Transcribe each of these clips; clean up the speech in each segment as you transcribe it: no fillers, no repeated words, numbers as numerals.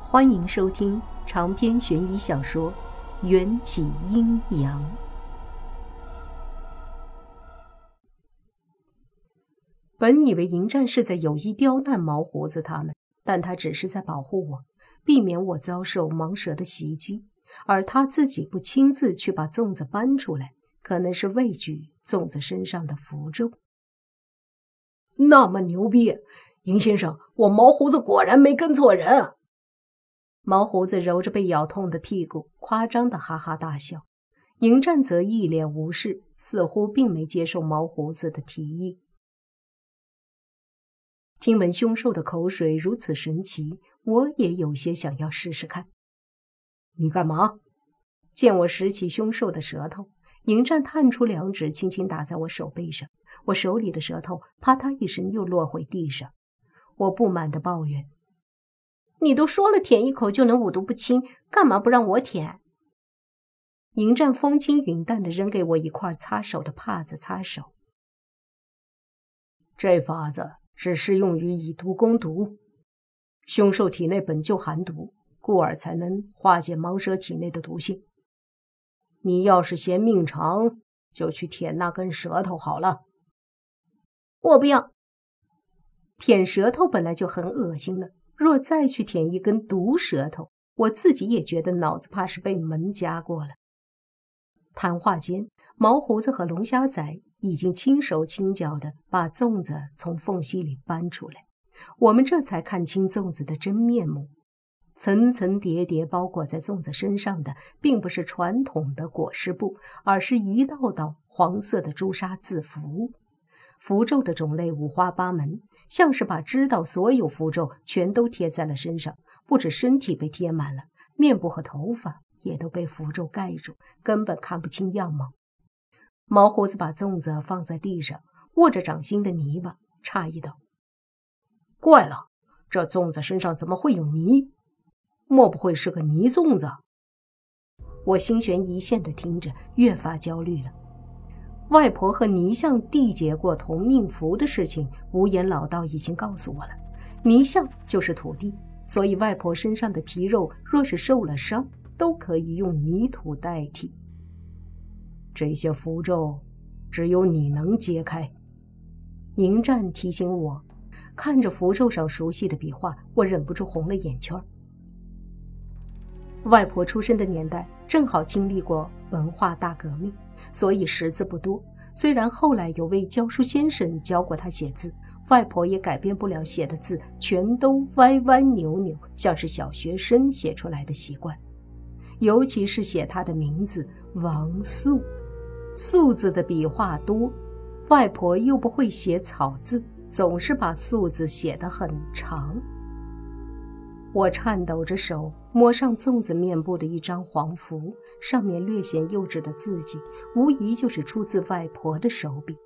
欢迎收听长篇悬疑小说《缘起阴阳》。本以为迎战是在有意刁难毛胡子他们，但他只是在保护我，避免我遭受蟒蛇的袭击，而他自己不亲自去把粽子搬出来，可能是畏惧粽子身上的符咒。 那么牛逼，迎先生，我毛胡子果然没跟错人。 毛胡子揉着被咬痛的屁股，夸张地哈哈大笑。迎战则一脸无视，似乎并没接受毛胡子的提议。听闻凶兽的口水如此神奇，我也有些想要试试看。 你干嘛？ 见我拾起凶兽的舌头，迎战探出两指，轻轻打在我手背上，我手里的舌头啪嗒一声又落回地上。我不满地抱怨：你都说了舔一口就能五毒不侵，干嘛不让我舔？迎战风轻云淡地扔给我一块擦手的帕子擦手。 这法子只适用于以毒攻毒，凶兽体内本就含毒，故而才能化解蟒蛇体内的毒性。你要是嫌命长，就去舔那根舌头好了。 我不要。舔舌头本来就很恶心了，若再去舔一根毒舌头，我自己也觉得脑子怕是被门夹过了。谈话间，毛胡子和龙虾仔已经轻手轻脚地把粽子从缝隙里搬出来，我们这才看清粽子的真面目。层层叠叠包裹在粽子身上的，并不是传统的裹尸布，而是一道道黄色的朱砂字符。符咒的种类五花八门，像是把知道所有符咒全都贴在了身上，不止身体被贴满了，面部和头发也都被符咒盖住，根本看不清样貌。毛胡子把粽子放在地上，握着掌心的泥巴，诧异道： 怪了，这粽子身上怎么会有泥？莫不会是个泥粽子？ 我心悬一线地听着，越发焦虑了。外婆和泥像缔结过同命符的事情，无言老道已经告诉我了。泥像就是土地，所以外婆身上的皮肉若是受了伤，都可以用泥土代替。 这些符咒只有你能揭开。 迎战提醒我，看着符咒上熟悉的笔画，我忍不住红了眼圈。外婆出生的年代正好经历过文化大革命，所以识字不多。虽然后来有位教书先生教过她写字，外婆也改变不了写的字全都歪歪扭扭，像是小学生写出来的习惯。尤其是写她的名字王素，素字的笔画多，外婆又不会写草字，总是把素字写得很长。我颤抖着手摸上粽子面部的一张黄符，上面略显幼稚的字迹，无疑就是出自外婆的手笔。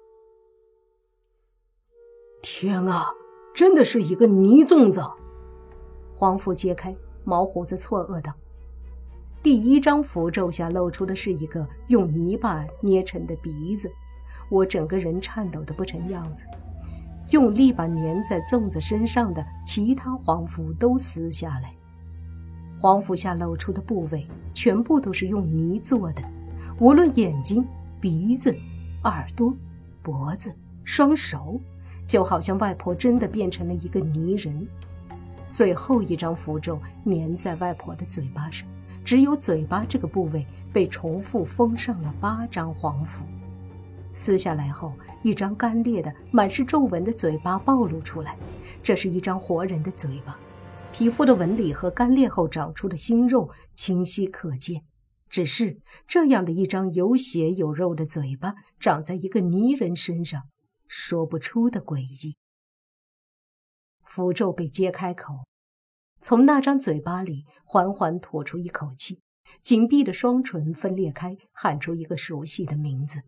天啊，真的是一个泥粽子！ 黄符揭开，毛胡子错愕道。第一张符咒下露出的是一个用泥巴捏成的鼻子，我整个人颤抖得不成样子。用力把粘在粽子身上的其他黄符都撕下来，黄符下露出的部位全部都是用泥做的，无论眼睛、鼻子、耳朵、脖子、双手，就好像外婆真的变成了一个泥人。最后一张符咒粘在外婆的嘴巴上，只有嘴巴这个部位被重复封上了8张黄符。撕下来后，一张干裂的满是皱纹的嘴巴暴露出来，这是一张活人的嘴巴，皮肤的纹理和干裂后长出的新肉清晰可见。只是这样的一张有血有肉的嘴巴长在一个泥人身上，说不出的诡异。符咒被揭开口，从那张嘴巴里缓缓吐出一口气，紧闭的双唇分裂开，喊出一个熟悉的名字：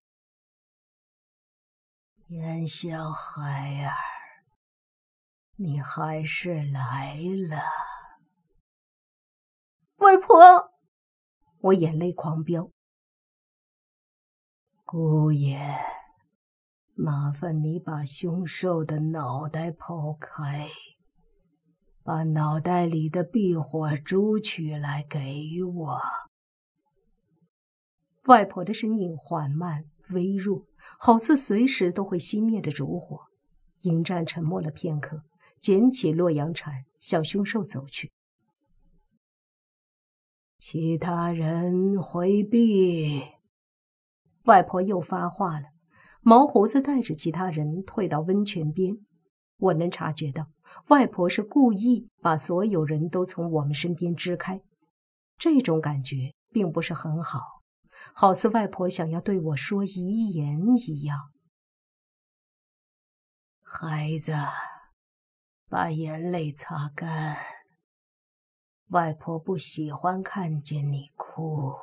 严小孩儿，你还是来了。 外婆！我眼泪狂飙。 姑爷，麻烦你把凶兽的脑袋剖开， 把脑袋里的避火珠取来给我。 外婆的声音缓慢微弱，好似随时都会熄灭的烛火。迎战沉默了片刻，捡起洛阳铲向凶兽走去。 其他人回避。 外婆又发话了，毛胡子带着其他人退到温泉边。我能察觉到，外婆是故意把所有人都从我们身边支开，这种感觉并不是很好，好似外婆想要对我说遗言一样。 孩子，把眼泪擦干。外婆不喜欢看见你哭。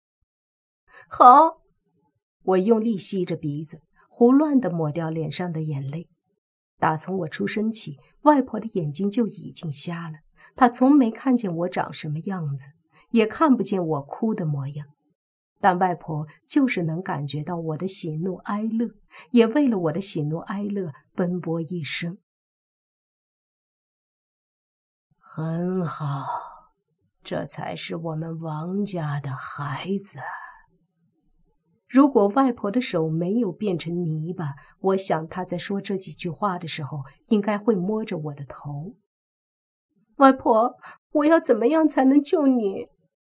好，我用力吸着鼻子，胡乱地抹掉脸上的眼泪。打从我出生起，外婆的眼睛就已经瞎了，她从没看见我长什么样子，也看不见我哭的模样。但外婆就是能感觉到我的喜怒哀乐，也为了我的喜怒哀乐奔波一生。 很好，这才是我们王家的孩子。 如果外婆的手没有变成泥巴，我想她在说这几句话的时候，应该会摸着我的头。外婆，我要怎么样才能救你？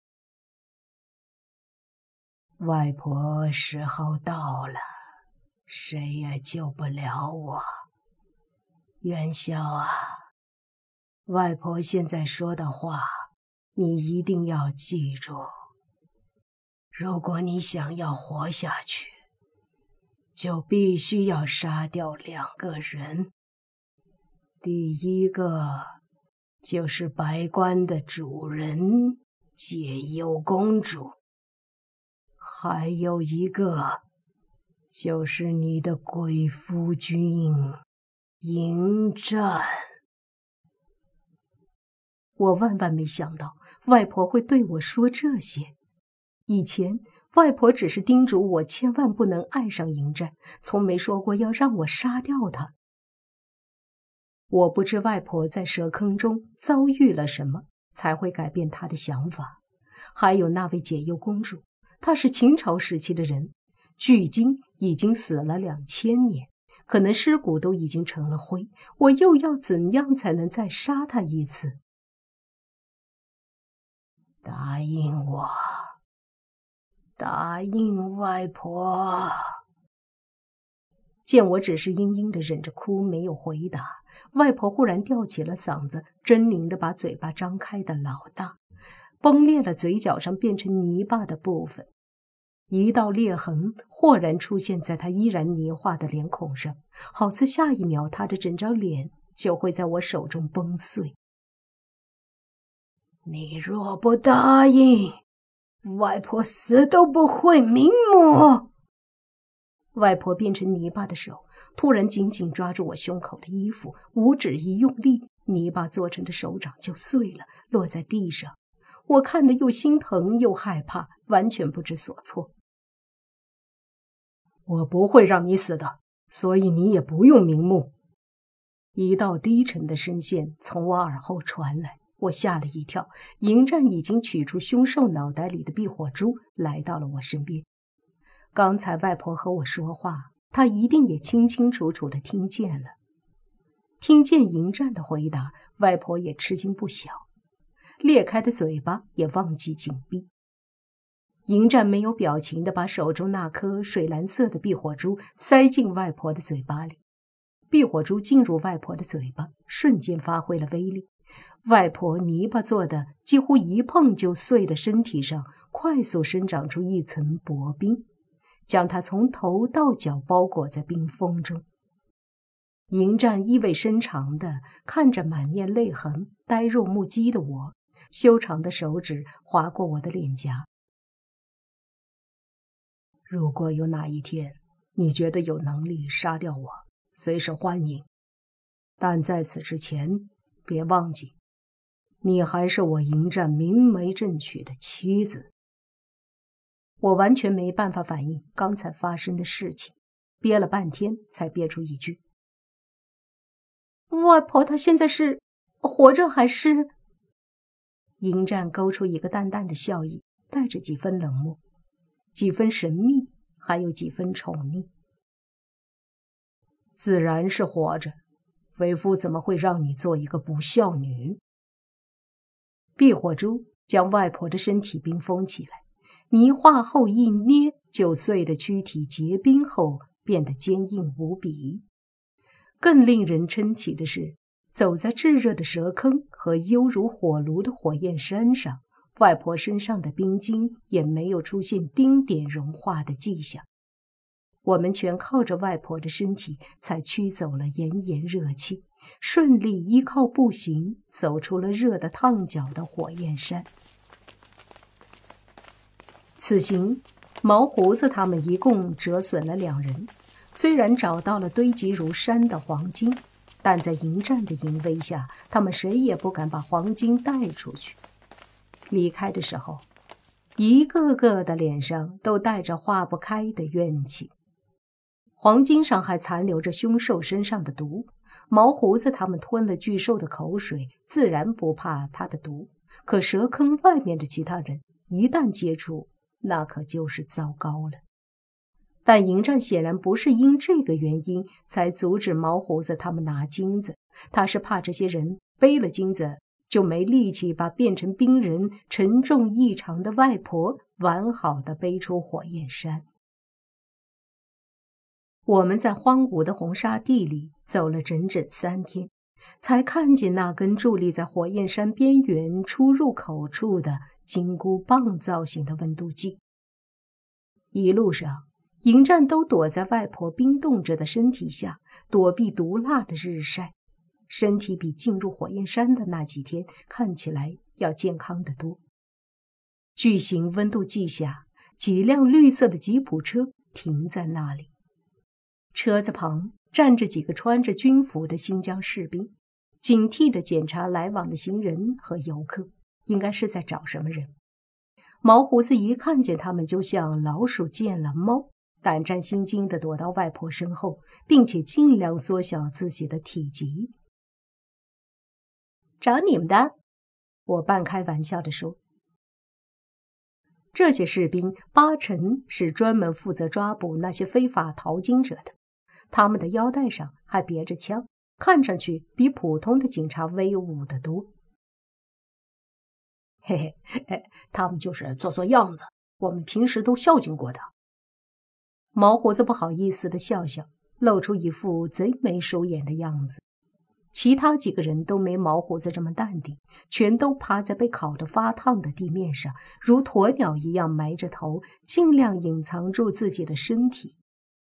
外婆时候到了，谁也救不了我。元宵啊，外婆现在说的话，你一定要记住。如果你想要活下去，就必须要杀掉2个人。第一个就是白棺的主人解忧公主，还有一个就是你的贵夫君迎战。 我万万没想到外婆会对我说这些。以前外婆只是叮嘱我千万不能爱上迎战，从没说过要让我杀掉他。我不知外婆在蛇坑中遭遇了什么，才会改变她的想法。还有那位解忧公主，她是秦朝时期的人，距今已经死了2000年，可能尸骨都已经成了灰，我又要怎样才能再杀她一次？ 答应我，答应外婆。 见我只是嘤嘤地忍着哭，没有回答，外婆忽然吊起了嗓子，狰狞地把嘴巴张开的老大，崩裂了嘴角上变成泥巴的部分。一道裂痕豁然出现在她依然泥化的脸孔上，好似下一秒她的整张脸就会在我手中崩碎。 你若不答应，外婆死都不会瞑目。 外婆变成泥巴的手突然紧紧抓住我胸口的衣服，五指一用力，泥巴做成的手掌就碎了，落在地上。我看得又心疼又害怕，完全不知所措。 我不会让你死的，所以你也不用瞑目。 一道低沉的声线从我耳后传来，我吓了一跳。迎战已经取出凶兽脑袋里的避火珠，来到了我身边。刚才外婆和我说话，她一定也清清楚楚地听见了。听见迎战的回答，外婆也吃惊不小，裂开的嘴巴也忘记紧闭。迎战没有表情地把手中那颗水蓝色的避火珠塞进外婆的嘴巴里。避火珠进入外婆的嘴巴，瞬间发挥了威力。外婆泥巴做的几乎一碰就碎的身体上，快速生长出一层薄冰，将她从头到脚包裹在冰封中。迎战意味深长地看着满面泪痕、呆若木鸡的我，修长的手指划过我的脸颊。 如果有哪一天你觉得有能力杀掉我，随时欢迎。但在此之前，别忘记，你还是我迎战明媒正娶的妻子。 我完全没办法反应刚才发生的事情，憋了半天才憋出一句：外婆她现在是…… 活着还是…… 迎战勾出一个淡淡的笑意，带着几分冷漠，几分神秘，还有几分宠溺。自然是活着，为夫怎么会让你做一个不孝女？避火珠将外婆的身体冰封起来，泥化后一捏就碎的躯体结冰后变得坚硬无比。更令人称奇的是，走在炙热的蛇坑和犹如火炉的火焰山上，外婆身上的冰晶也没有出现丁点融化的迹象。我们全靠着外婆的身体才驱走了炎炎热气，顺利依靠步行走出了热得烫脚的火焰山。此行毛胡子他们一共折损了2人，虽然找到了堆积如山的黄金，但在迎战的淫威下，他们谁也不敢把黄金带出去。离开的时候，一个个的脸上都带着化不开的怨气。黄金上还残留着凶兽身上的毒，毛胡子他们吞了巨兽的口水，自然不怕它的毒，可蛇坑外面的其他人一旦接触，那可就是糟糕了。但迎战显然不是因这个原因才阻止毛胡子他们拿金子，他是怕这些人背了金子就没力气把变成冰人沉重异常的外婆完好的背出火焰山。我们在荒芜的红沙地里走了整整3天，才看见那根伫立在火焰山边缘出入口处的金箍棒造型的温度计。一路上，迎战都躲在外婆冰冻着的身体下，躲避毒辣的日晒，身体比进入火焰山的那几天看起来要健康得多。巨型温度计下，几辆绿色的吉普车停在那里，车子旁站着几个穿着军服的新疆士兵，警惕地检查来往的行人和游客，应该是在找什么人。毛胡子一看见他们就像老鼠见了猫，胆战心惊地躲到外婆身后，并且尽量缩小自己的体积。找你们的，我半开玩笑地说。这些士兵8成是专门负责抓捕那些非法淘金者的，他们的腰带上还别着枪，看上去比普通的警察威武得多。嘿嘿，他们就是做样子，我们平时都孝敬过的。毛胡子不好意思地笑笑，露出一副贼眉鼠眼的样子。其他几个人都没毛胡子这么淡定，全都趴在被烤得发烫的地面上，如鸵鸟一样埋着头，尽量隐藏住自己的身体。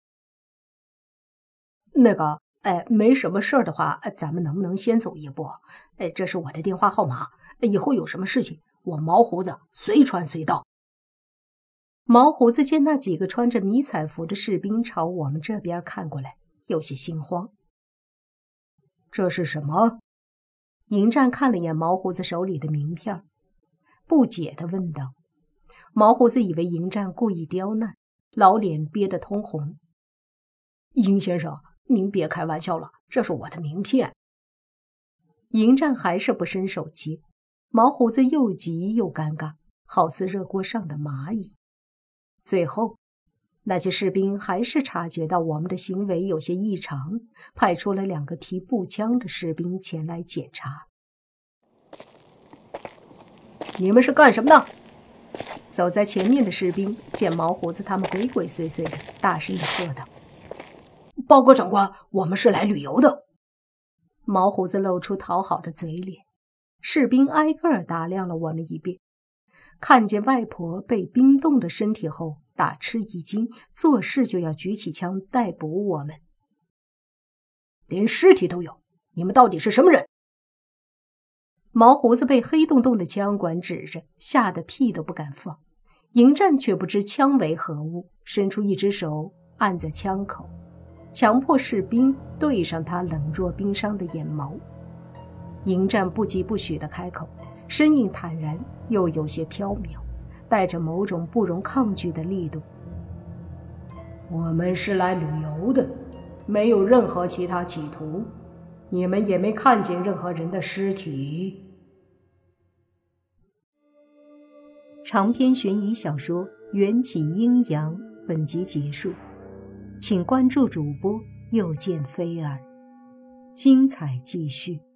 没什么事儿的话，咱们能不能先走一步？这是我的电话号码，以后有什么事情，我毛胡子随传随到。毛胡子见那几个穿着迷彩服的士兵朝我们这边看过来，有些心慌。这是什么？迎战看了眼毛胡子手里的名片，不解地问道。毛胡子以为迎战故意刁难，老脸憋得通红。迎先生，您别开玩笑了，这是我的名片。迎战还是不伸手接，毛胡子又急又尴尬，好似热锅上的蚂蚁。最后那些士兵还是察觉到我们的行为有些异常，派出了2个提步枪的士兵前来检查。你们是干什么的？走在前面的士兵见毛胡子他们鬼鬼祟祟的，大声地喝道：报告长官，我们是来旅游的。毛胡子露出讨好的嘴脸，士兵挨个打量了我们一遍，看见外婆被冰冻的身体后，大吃一惊，做事就要举起枪逮捕我们。连尸体都有，你们到底是什么人？毛胡子被黑洞洞的枪管指着，吓得屁都不敢放。迎战却不知枪为何物，伸出一只手按在枪口，强迫士兵对上他冷若冰霜的眼眸。迎战不疾不徐地开口，声音坦然又有些飘渺，带着某种不容抗拒的力度。我们是来旅游的，没有任何其他企图。 你们也没看见任何人的尸体。 长篇悬疑小说《缘起阴阳》本集结束，请关注主播又见菲儿，精彩继续。